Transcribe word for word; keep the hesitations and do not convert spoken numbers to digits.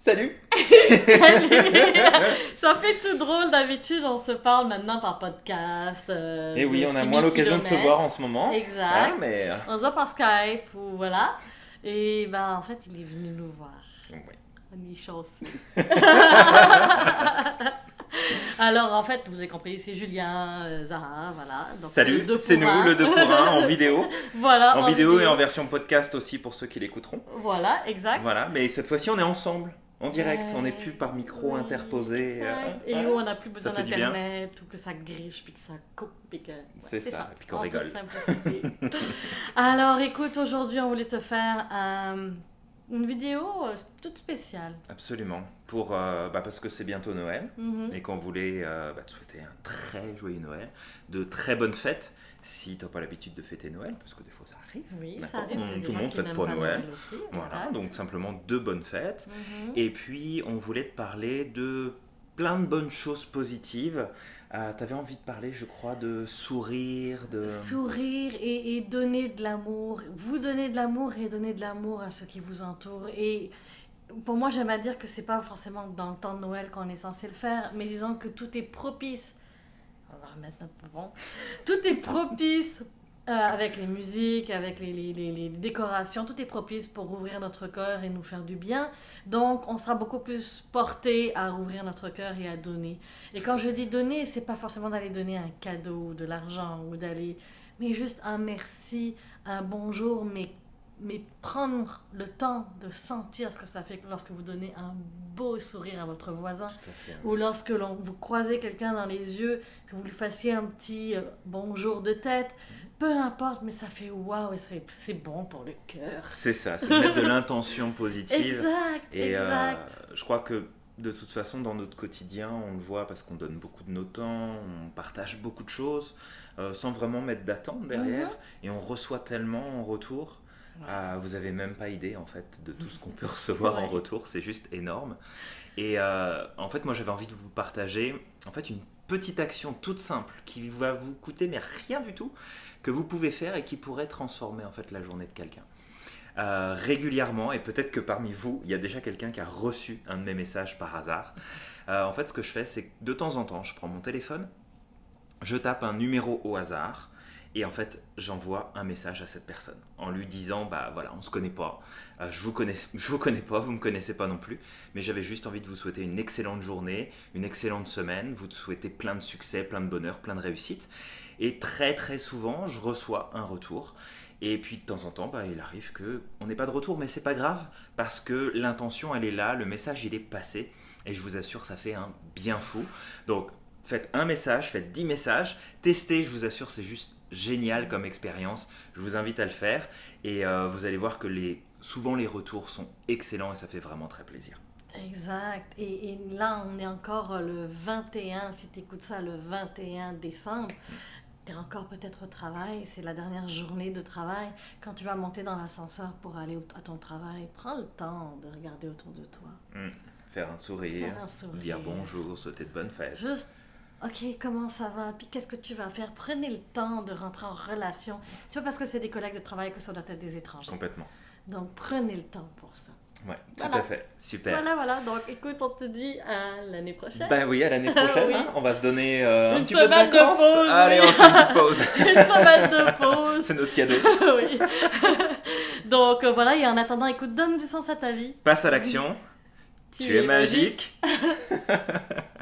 Salut. Salut. Ça fait tout drôle, d'habitude on se parle maintenant par podcast. Euh, Et oui, de on a six moins mille l'occasion de se kilomètres. voir en ce moment. Exact. Hein, mais... On se voit par Skype ou voilà. Et ben en fait il est venu nous voir. Oui. On est chanceux. Alors en fait, vous avez compris, c'est Julien, euh, Zara, voilà. Donc, Salut, le deux c'est pour nous, un. le deux pour un en vidéo. Voilà. En, vidéo, et en version podcast aussi pour ceux qui l'écouteront. Voilà, exact. Voilà, mais cette fois-ci on est ensemble, en direct. Ouais. On n'est plus par micro Oui, interposé. exact. euh, Et hein, nous, on n'a plus besoin ça fait du bien. d'internet ou que ça griche puis que ça coupe puis que... ouais, C'est ça, et puis qu'on en rigole. toute simplicité. Alors, écoute, aujourd'hui, on voulait te faire euh, une vidéo euh, toute spéciale. Absolument. Pour, euh, bah, parce que c'est bientôt Noël Mhm. et qu'on voulait euh, bah, te souhaiter un très joyeux Noël, de très bonnes fêtes. Si tu n'as pas l'habitude de fêter Noël, parce que des fois ça arrive. Oui, D'accord, ça arrive. on- Il y a des tout le gens monde qui fête n'aiment pas pas Noël. aussi. Voilà, exact. donc simplement deux bonnes fêtes. Mhm. Et puis, on voulait te parler de plein de bonnes choses positives. Euh, tu avais envie de parler, je crois, de sourire, de... Sourire et, et donner de l'amour. Vous donnez de l'amour et donner de l'amour à ceux qui vous entourent. Et pour moi, j'aime à dire que c'est pas forcément dans le temps de Noël qu'on est censé le faire, mais disons que tout est propice. On va remettre notre poumon. Tout est propice euh, avec les musiques, avec les, les, les, les décorations. Tout est propice pour ouvrir notre cœur et nous faire du bien. Donc, on sera beaucoup plus porté à ouvrir notre cœur et à donner. Et quand je dis donner, c'est pas forcément d'aller donner un cadeau, de l'argent ou d'aller, mais juste un merci, un bonjour, mais mais prendre le temps de sentir ce que ça fait lorsque vous donnez un beau sourire à votre voisin, Tout à fait. ou lorsque l'on, vous croisez quelqu'un dans les yeux, que vous lui fassiez un petit euh, bonjour de tête, peu importe, mais ça fait waouh et c'est, c'est bon pour le cœur. C'est ça, c'est de mettre de l'intention positive. Exact, Et euh, exact. je crois que de toute façon, dans notre quotidien, on le voit parce qu'on donne beaucoup de notre temps, on partage beaucoup de choses, euh, sans vraiment mettre d'attente derrière, Mhm. et on reçoit tellement en retour. Euh, vous avez même pas idée en fait de tout ce qu'on peut recevoir Ouais. en retour, c'est juste énorme. Et euh, en fait, moi j'avais envie de vous partager en fait une petite action toute simple qui va vous coûter mais rien du tout, que vous pouvez faire et qui pourrait transformer en fait la journée de quelqu'un. Euh, régulièrement, et peut-être que parmi vous, il y a déjà quelqu'un qui a reçu un de mes messages par hasard. Euh, en fait, ce que je fais, c'est que de temps en temps, je prends mon téléphone, je tape un numéro au hasard, et en fait, j'envoie un message à cette personne en lui disant, bah voilà, on se connaît pas, euh, je vous connais, je vous connais pas, vous me connaissez pas non plus, mais j'avais juste envie de vous souhaiter une excellente journée, une excellente semaine, vous souhaiter plein de succès, plein de bonheur, plein de réussite. Et très très souvent, je reçois un retour. Et puis de temps en temps, bah, il arrive qu'on n'ait pas de retour, mais c'est pas grave, parce que l'intention elle est là, le message il est passé, et je vous assure, ça fait un bien fou. Donc faites un message, faites dix messages, testez, je vous assure, c'est juste génial comme expérience. Je vous invite à le faire, et euh, vous allez voir que les, souvent les retours sont excellents, et ça fait vraiment très plaisir. Exact. Et, et là, on est encore le vingt et un, si tu écoutes ça, le vingt et un décembre. Tu es encore peut-être au travail, c'est la dernière journée de travail. Quand tu vas monter dans l'ascenseur pour aller au- à ton travail, prends le temps de regarder autour de toi. Mmh. Faire un sourire, Faire un sourire. dire bonjour, souhaiter de bonnes fêtes. Juste, ok, comment ça va? Puis qu'est-ce que tu vas faire? Prenez le temps de rentrer en relation. C'est pas parce que c'est des collègues de travail que ça doit être des étrangers. Complètement. Donc prenez le temps pour ça. Ouais, tout Voilà. à fait. Super. Voilà, voilà. Donc écoute, on te dit à l'année prochaine. Ben oui, à l'année prochaine, Oui. hein, on va se donner euh, un Une petit peu de semaine de vacances. pause, Allez, oui. on se fait une petite pause. Une semaine de pause. C'est notre cadeau. Oui. Donc euh, voilà, et en attendant, écoute, donne du sens à ta vie. Passe à l'action. Tu, es magique. magique.